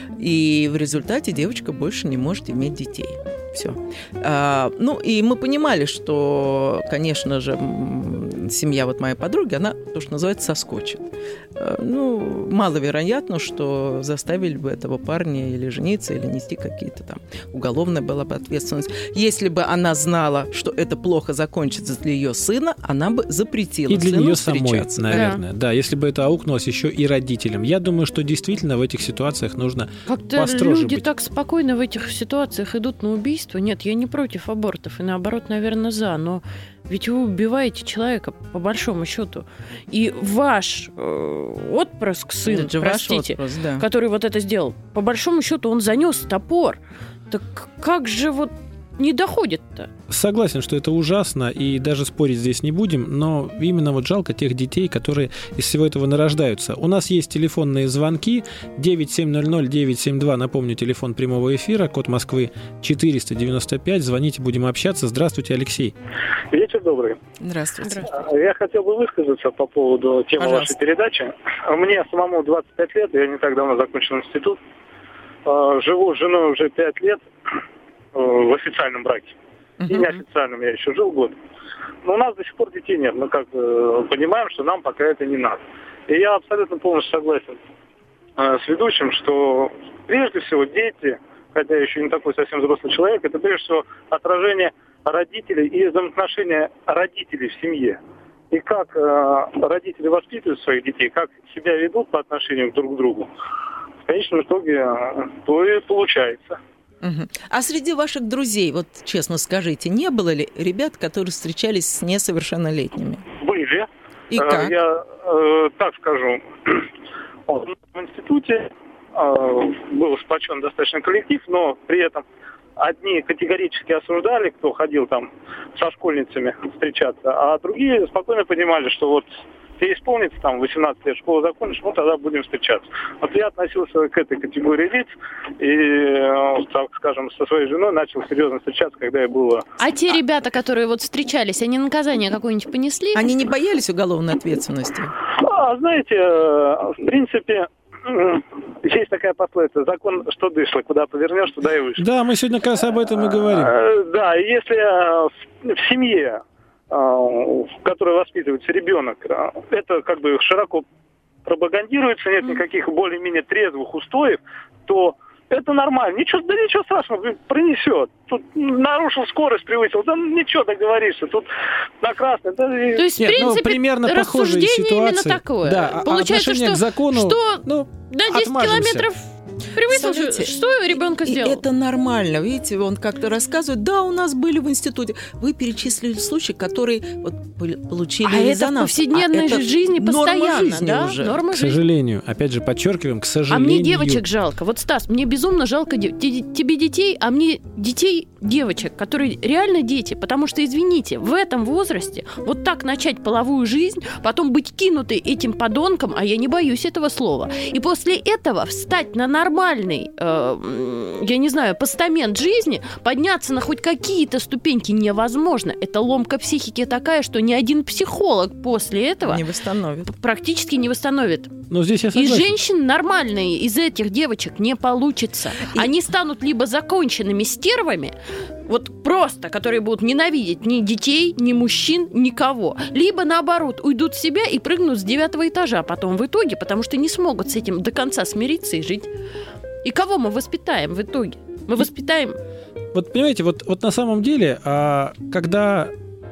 и в результате девочка больше не может иметь детей. Все. А, ну, и мы понимали, что, конечно же, м, семья вот моей подруги, она, то, что называется, соскочит. А, ну, маловероятно, что заставили бы этого парня или жениться, или нести какие-то там уголовная была бы ответственность. Если бы она знала, что это плохо закончится для ее сына, она бы запретила И для сыну нее самой, встречаться. наверное. Да. да, если бы это аукнулось еще и родителям. Я думаю, что действительно в этих ситуациях нужно Как-то построже люди быть. так спокойно в этих ситуациях идут на убийство. Нет, я не против абортов, и наоборот, наверное, за. Но ведь вы убиваете человека, по большому счету. И ваш э, отпрыск, сын, Это же ваш простите, отпрыск, да. который вот это сделал, по большому счету он занес топор. Так как же вот не доходит-то? Согласен, что это ужасно, и даже спорить здесь не будем, но именно вот жалко тех детей, которые из всего этого нарождаются. У нас есть телефонные звонки девять семь ноль ноль девять семь два, напомню, телефон прямого эфира, код Москвы четыреста девяносто пять, звоните, будем общаться. Здравствуйте, Алексей. Вечер добрый. Здравствуйте. Я хотел бы высказаться по поводу темы Пожалуйста. вашей передачи. Мне самому двадцать пять лет, я не так давно закончил институт. Живу с женой уже пять лет. в официальном браке. И неофициальном я еще жил год. Но у нас до сих пор детей нет. Мы как бы понимаем, что нам пока это не надо. И я абсолютно полностью согласен э, с ведущим, что прежде всего дети, хотя я еще не такой совсем взрослый человек, это прежде всего отражение родителей и взаимоотношения родителей в семье. И как э, родители воспитывают своих детей, как себя ведут по отношению друг к другу, в конечном итоге э, то и получается. Угу. А среди ваших друзей, вот честно скажите, не было ли ребят, которые встречались с несовершеннолетними? Были. И как? Я э, так скажу. В институте э, был сплочен достаточно коллектив, но при этом одни категорически осуждали, кто ходил там со школьницами встречаться, а другие спокойно понимали, что вот тебе исполнится там восемнадцать лет, школу закончишь, ну тогда будем встречаться. Вот я относился к этой категории лиц и, так скажем, со своей женой начал серьезно встречаться, когда я был... А те ребята, которые вот встречались, они наказание какое-нибудь понесли? Они не боялись уголовной ответственности? А, знаете, в принципе... Есть такая пословица: закон что дышло, куда повернешь, туда и выше. Да, мы сегодня как раз об этом и говорим. Да, если в семье, в которой воспитывается ребенок, это как бы широко пропагандируется, нет никаких более-менее трезвых устоев, то это нормально. Ничего, да ничего страшного, пронесет. Тут нарушил скорость, превысил, да ничего, договоришься. Тут на красный. Да, и... То есть, Нет, в принципе, ну, примерно похожие рассуждение ситуации. Именно такое. Да, Получается, а что, к закону, что ну, на десять отмажемся. километров превысил, Смотрите, что ребенка и, сделал? И это нормально. Видите, он как-то рассказывает, да, у нас были в институте. Вы перечислили случаи, которые вот, получили а резонанс. это в повседневной а это жизни постоянно, норма жизни да? уже. Норма К жизни. сожалению, опять же, подчеркиваем, к А сожалению. мне девочек жалко. Вот, Стас, мне безумно жалко де- те- тебе детей, а мне детей девочек, которые реально дети. Потому что, извините, в этом возрасте вот так начать половую жизнь, потом быть кинутой этим подонком, а я не боюсь этого слова, и после этого встать на нормальный, э, я не знаю, постамент жизни, подняться на хоть какие-то ступеньки невозможно. Это ломка психики такая, что ни один психолог после этого Не восстановит. практически не восстановит. Но здесь я И согласен. женщин нормальные из этих девочек не получится. И- Они станут либо законченными стервами, вот просто, которые будут ненавидеть ни детей, ни мужчин, никого. Либо, наоборот, уйдут в себя и прыгнут с девятого этажа потом в итоге, потому что не смогут с этим до конца смириться и жить. И кого мы воспитаем в итоге? Мы воспитаем... Вот понимаете, вот, вот на самом деле, а, когда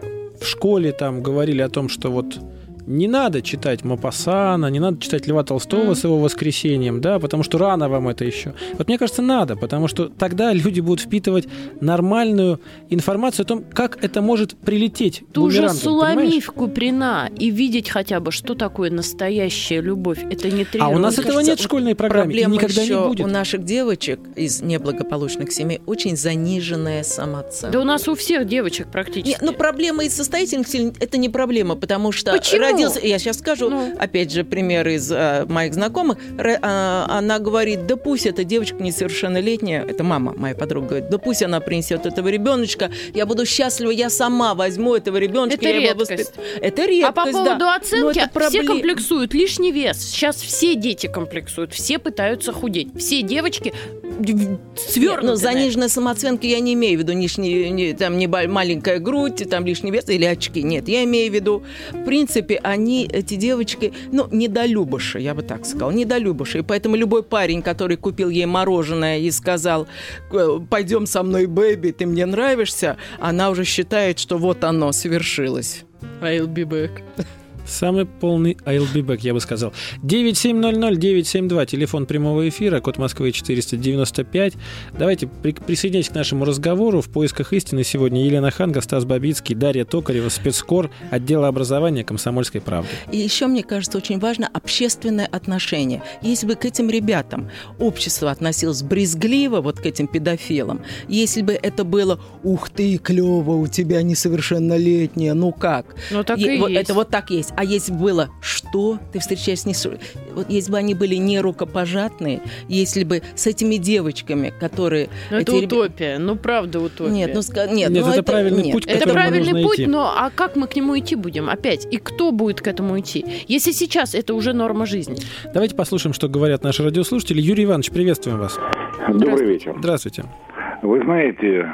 в школе там говорили о том, что вот не надо читать Мопассана, не надо читать Льва Толстого mm. с его «Воскресеньем», да, потому что рано вам это еще. Вот мне кажется, надо, потому что тогда люди будут впитывать нормальную информацию о том, как это может прилететь Ту же бумерангом, Суламиф понимаешь? Куприна и видеть хотя бы, что такое настоящая любовь. Это не требует. А у нас Мне этого кажется, нет в школьной программе, и Проблема никогда еще не будет. у наших девочек из неблагополучных семей очень заниженная самооценка. Да у нас у всех девочек практически. Нет, ну проблема из состоятельных семей – это не проблема, потому что Почему? родился, я сейчас скажу, Ну. опять же, пример из а, моих знакомых, Р- а, она говорит, да пусть эта девочка несовершеннолетняя, это мама, моя подруга, говорит, да пусть она принесет этого ребеночка, я буду счастлива, я сама возьму этого ребеночка. Это я его редкость. воспит- Это редкость, А по поводу да. оценки, Но это все пробле- комплексуют. Лишний вес. Сейчас все дети комплексуют. Все пытаются худеть. Все девочки свернуты. Ну, заниженная самооценка я не имею в виду лишний, не, там, не ба- маленькая грудь, там лишний вес или очки. Нет, я имею в виду, в принципе, они, эти девочки, ну, недолюбыши, я бы так сказала, недолюбыши. И поэтому любой парень, который купил ей мороженое и сказал, пойдем со мной, бэби, ты мне нравишься, она уже считает, что вот оно, совершилось. I'll be back. Самый полный I'll be back, я бы сказал. девять семь ноль ноль девять семь два, телефон прямого эфира, код Москвы четыреста девяносто пять. Давайте при- присоединяйтесь к нашему разговору. В поисках истины сегодня Елена Ханга, Стас Бабицкий, Дарья Токарева, спецкор, отдела образования «Комсомольской правды». И еще, мне кажется, очень важно общественное отношение. Если бы к этим ребятам общество относилось брезгливо, вот к этим педофилам, если бы это было «Ух ты, клево, у тебя несовершеннолетняя, ну как?» Ну, так Е- и вот есть. это вот так есть. А если бы было «Что? Ты встречаешься с несо-» Вот если бы они были не рукопожатные, если бы с этими девочками, которые... Ну, это эти ребя- утопия. Ну, правда, утопия. Нет, ну, ска- нет, Нет, ну, это правильный нет. путь, к Это которому правильный нужно путь, идти. но а как мы к нему идти будем опять? И кто будет к этому идти? Если сейчас это уже норма жизни. Давайте послушаем, что говорят наши радиослушатели. Юрий Иванович, приветствуем вас. Добрый вечер. Здравствуйте. Вы знаете,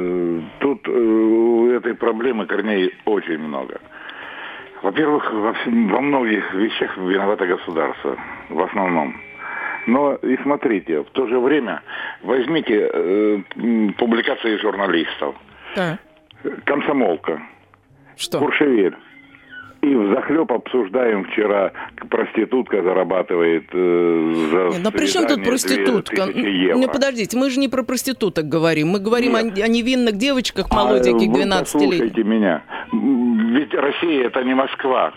тут у этой проблемы корней очень много. Во-первых, во, всем, во многих вещах виновато государство, в основном. Но и смотрите, в то же время возьмите э, публикации журналистов. Да. «Комсомолка», что? «Куршевель». И взахлеб обсуждаем вчера, проститутка зарабатывает э, за Нет, но при чем тут проститутка? Ну, подождите, мы же не про проституток говорим. Мы говорим о, о невинных девочках молоденьких, двенадцатилетних. Послушайте меня. Ведь Россия – это не Москва.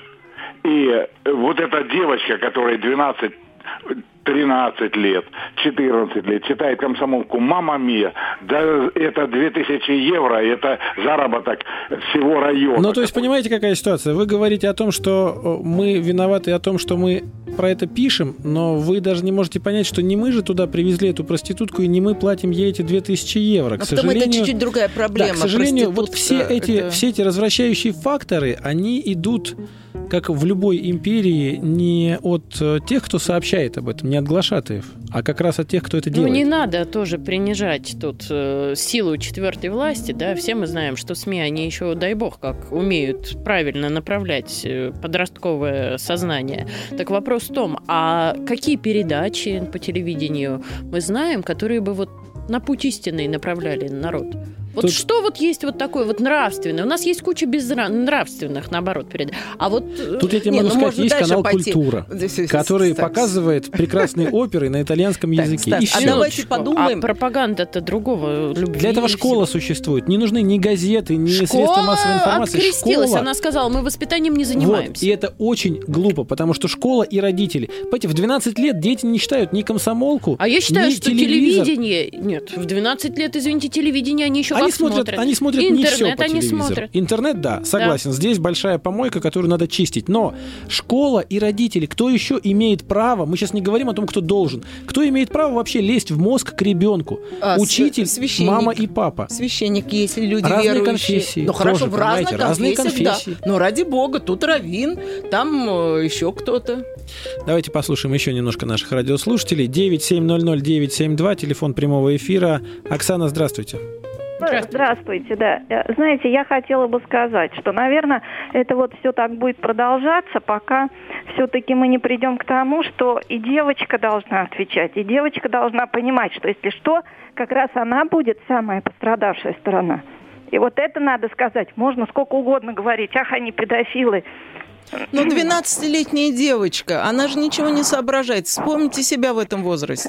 И вот эта девочка, которой двенадцать, тринадцать лет, четырнадцать лет, читает «Комсомолку», «Мамма мия», да это две тысячи евро, это заработок всего района. Ну, то есть, понимаете, какая ситуация? Вы говорите о том, что мы виноваты, о том, что мы про это пишем, но вы даже не можете понять, что не мы же туда привезли эту проститутку, и не мы платим ей эти две тысячи евро. К сожалению, это чуть-чуть другая проблема. Да, к сожалению, вот все эти, это... все эти развращающие факторы, они идут, как в любой империи, не от тех, кто сообщает об этом, не от глашатаев, а как раз от тех, кто это делает. Ну, не надо тоже принижать тут э, силу четвертой власти, да, все мы знаем, что СМИ, они еще, дай бог, как умеют правильно направлять подростковое сознание. Так вопрос в том, а какие передачи по телевидению мы знаем, которые бы вот на путь истинный направляли народ? Вот тут... что вот есть вот такое вот нравственное? У нас есть куча безнравственных, наоборот, передач. А вот... Тут я тебе могу не, сказать, ну, есть канал пойти. «Культура», который так. показывает прекрасные оперы на итальянском языке. Так, и а все. давайте подумаем. А пропаганда-то другого любви. Для этого школа всего. существует. Не нужны ни газеты, ни школа средства массовой информации. Открестилась. Школа... Она сказала, мы воспитанием не занимаемся. Вот. И это очень глупо, потому что школа и родители. Понимаете, в двенадцать лет дети не читают ни «Комсомолку», а я считаю, ни что телевизор. телевидение... Нет, в двенадцать лет, извините, телевидение они еще они как смотрят. смотрят. Они смотрят Интернет не все по они телевизору. Смотрят. Интернет, да, согласен. Да. Здесь большая помойка, которую надо чистить. Но школа и родители, кто еще имеет право, мы сейчас не говорим о том, кто должен, кто имеет право вообще лезть в мозг к ребенку? А, Учитель, священник, мама и папа. Священник, если люди разные верующие. Конфессии. Ну хорошо, тоже, в разных разные конфессиях, конфессии. Да. Но ради бога, тут раввин, там э, еще кто-то. Давайте послушаем еще немножко наших радиослушателей. девять семь ноль ноль девять семь два, телефон прямого эфира. Оксана, здравствуйте. Здравствуйте. Здравствуйте, да. Знаете, я хотела бы сказать, что, наверное, это вот все так будет продолжаться, пока все-таки мы не придем к тому, что и девочка должна отвечать, и девочка должна понимать, что если что, как раз она будет самая пострадавшая сторона. И вот это надо сказать. Можно сколько угодно говорить, ах, они педофилы. Но двенадцатилетняя девочка, она же ничего не соображает. Вспомните себя в этом возрасте.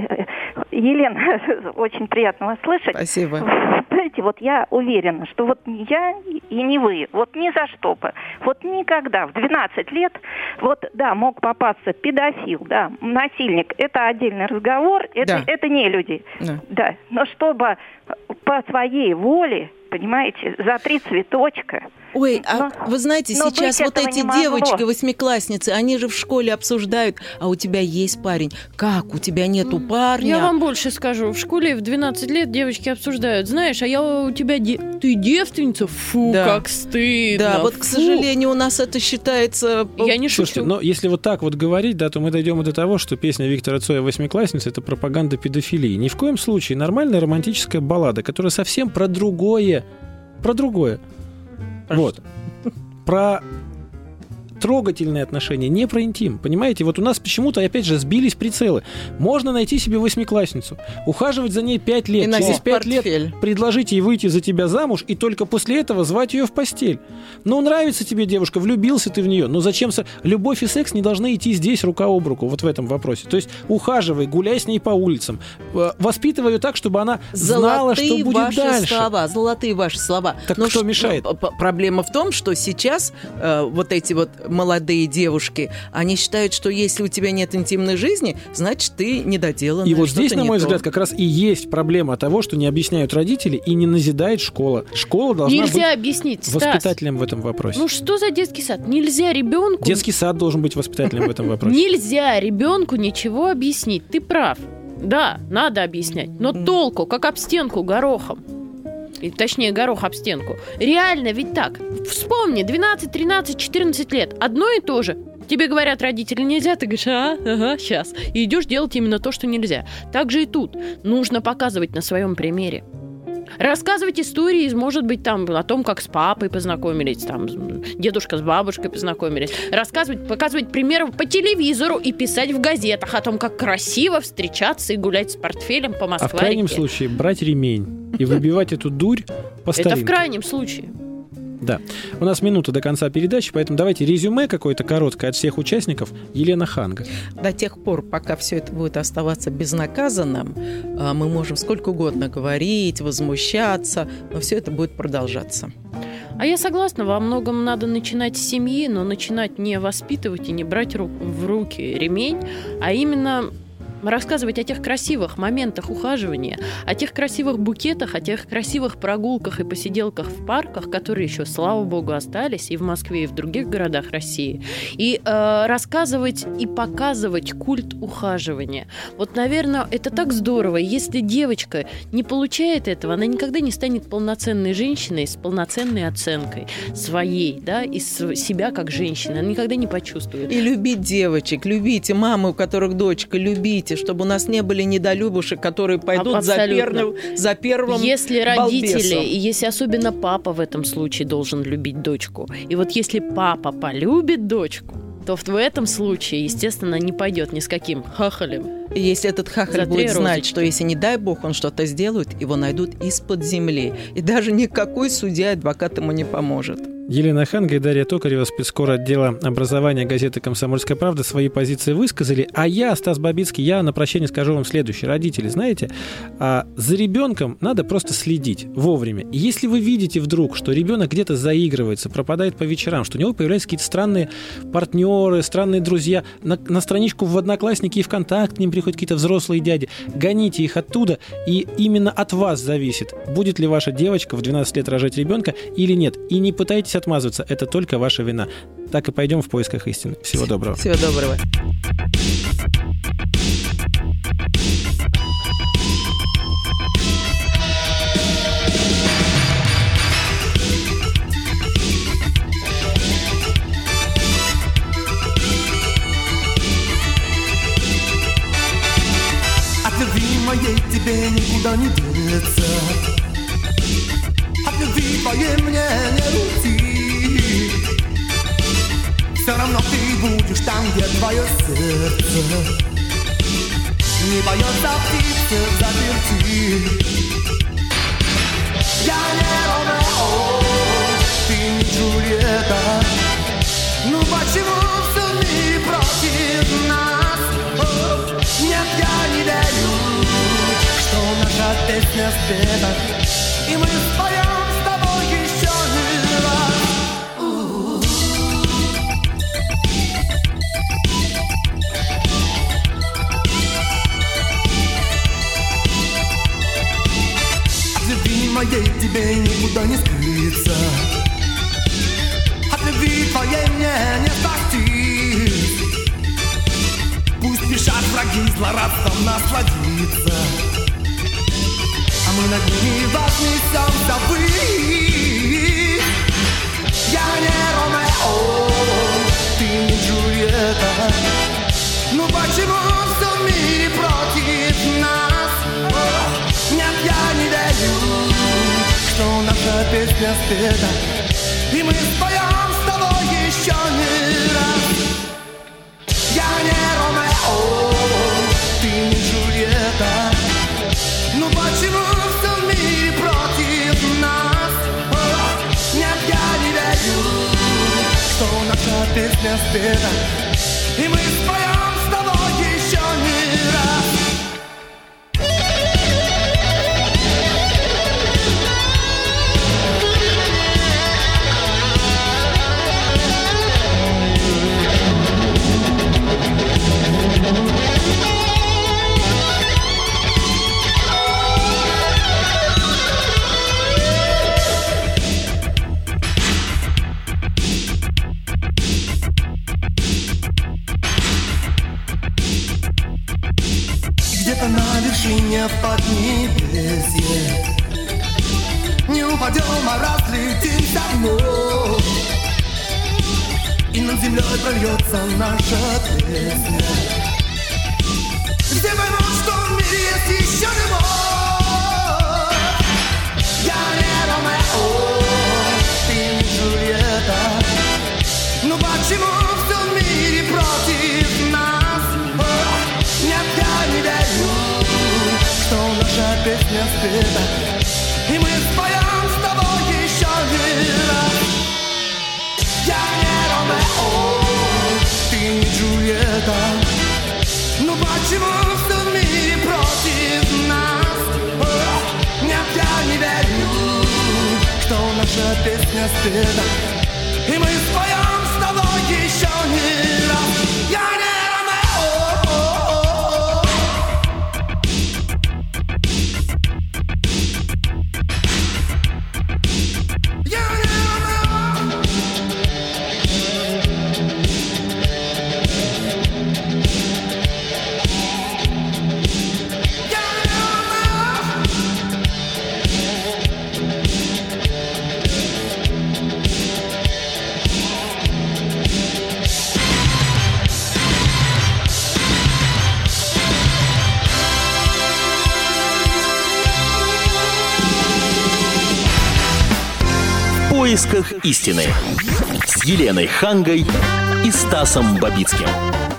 Елена, очень приятно вас слышать. Спасибо. Знаете, вот я уверена, что вот я и не вы, вот ни за что бы, вот никогда в двенадцать лет, вот, да, мог попасться педофил, да, насильник, это отдельный разговор, это, да. это не люди. Да. да. Но чтобы по своей воле, понимаете, за три цветочка... Ой, а но, вы знаете, сейчас вот эти девочки, восьмиклассницы, они же в школе обсуждают, а у тебя есть парень. Как? У тебя нету парня? Я вам больше скажу. В школе в двенадцать лет девочки обсуждают. Знаешь, а я у тебя... Де... Ты девственница? Фу, да. как стыдно. Да, вот, Фу. к сожалению, у нас это считается... Я не шучу. Слушайте, но если вот так вот говорить, да, то мы дойдем и до того, что песня Виктора Цоя «Восьмиклассница» — это пропаганда педофилии. Ни в коем случае нормальная романтическая баллада, которая совсем про другое. Про другое. Про вот. Что? Про трогательные отношения, не про интим. Понимаете, вот у нас почему-то, опять же, сбились прицелы. Можно найти себе восьмиклассницу, ухаживать за ней пять лет, и через пять лет предложить ей выйти за тебя замуж, и только после этого звать ее в постель. Ну, нравится тебе девушка, влюбился ты в нее, но зачем... Со... Любовь и секс не должны идти здесь рука об руку, вот в этом вопросе. То есть ухаживай, гуляй с ней по улицам, воспитывай ее так, чтобы она знала, золотые что будет ваши дальше. Слова, золотые ваши слова. Так но кто ш... мешает? Проблема в том, что сейчас э, вот эти вот молодые девушки, они считают, что если у тебя нет интимной жизни, значит, ты недоделанная. И вот здесь, на мой то. взгляд, как раз и есть проблема того, что не объясняют родители и не назидает школа. Школа должна Нельзя быть объяснить, воспитателем в этом вопросе. Ну что за детский сад? Нельзя ребенку... Детский сад должен быть воспитателем в этом вопросе. Нельзя ребенку ничего объяснить. Ты прав. Да, надо объяснять. Но толку, как об стенку горохом. И, точнее, горох об стенку. Реально ведь так. Вспомни, двенадцать, тринадцать, четырнадцать лет. Одно и то же. Тебе говорят родители нельзя, ты говоришь, а, ага, сейчас. И идешь делать именно то, что нельзя. Так же и тут. Нужно показывать на своем примере. Рассказывать истории, может быть, там, о том, как с папой познакомились, там, дедушка с бабушкой познакомились. Рассказывать, показывать примеры по телевизору и писать в газетах о том, как красиво встречаться и гулять с портфелем по Москве. А в крайнем случае брать ремень и выбивать эту дурь по старинке. Это в крайнем случае. Да. У нас минута до конца передачи, поэтому давайте резюме какое-то короткое от всех участников. Елена Ханга. До тех пор, пока все это будет оставаться безнаказанным, мы можем сколько угодно говорить, возмущаться, но все это будет продолжаться. А я согласна, во многом надо начинать с семьи, но начинать не воспитывать и не брать в руки ремень, а именно рассказывать о тех красивых моментах ухаживания, о тех красивых букетах, о тех красивых прогулках и посиделках в парках, которые еще, слава богу, остались и в Москве, и в других городах России. И э, рассказывать и показывать культ ухаживания. Вот, наверное, это так здорово. Если девочка не получает этого, она никогда не станет полноценной женщиной с полноценной оценкой своей, да, и себя как женщины. Она никогда не почувствует. И любить девочек, любите мамы, у которых дочка, любите, чтобы у нас не были недолюбушек, которые пойдут за первым, за первым Если родители, балбесом. И если особенно папа в этом случае должен любить дочку, и вот если папа полюбит дочку, то в этом случае, естественно, не пойдет ни с каким хахалем. И если этот хахаль За будет три знать, розочки. что если, не дай бог, он что-то сделает, его найдут из-под земли. И даже никакой судья, адвокат ему не поможет. Елена Ханга и Дарья Токарева, спецкор отдела образования газеты «Комсомольская правда», свои позиции высказали. А я, Стас Бабицкий, я на прощание скажу вам следующее. Родители, знаете, а за ребенком надо просто следить вовремя. И если вы видите вдруг, что ребенок где-то заигрывается, пропадает по вечерам, что у него появляются какие-то странные партнеры, странные друзья, на, на страничку в Одноклассники и ВКонтакте к ним приходят какие-то взрослые дяди, гоните их оттуда, и именно от вас зависит, будет ли ваша девочка в двенадцать лет рожать ребенка или нет. И не пытайтесь отмазываться, это только ваша вина. Так и пойдем в поисках истины. Всего доброго. Всего доброго. От любви моей тебе никуда не деться. От любви твоей мне не уйти. Все равно ты будешь там, где твое сердце. Не боится птицы в заперти. Я не Ромео, ты не Джульетта. Ну почему все в мире против нас? О, нет, я не верю, что наша песня спета, и мы споем с тобой еще не раз. От любви моей тебе никуда не скрыться. От любви твоей мне не спастись. Пусть спешат враги злорадством насладиться, а мы над ними вознесемся ввысь. Я не Ромео, ты не Джульетта. Ну почему все в мире против нас? О, нет, я не верю, что наша песня спета, и мы споем с тобой еще не раз. Я не Ромео, ты не Джульетта. Ну почему все в мире против нас? О, нет, я не верю, что наша песня спета, и мы споем с тобой еще не раз. Где-то на вершине поднебесье не упадем, а разлетимся вновь. и над землей прольется наша песня. Все поймут, что в мире есть еще любовь. Я не Ромео, ты не Джульетта. Но почему все в мире против нас? О, нет, я не верю, что наша песня спета, и мы споем с тобой еще не раз. Я не Ромео, ты не Джульетта. Но почему все в мире против нас? О, нет, я не верю, что наша песня спета, и мы споем с тобой еще не раз. Я не Ромео. Я не В поисках истины с Еленой Хангой и Стасом Бабицким.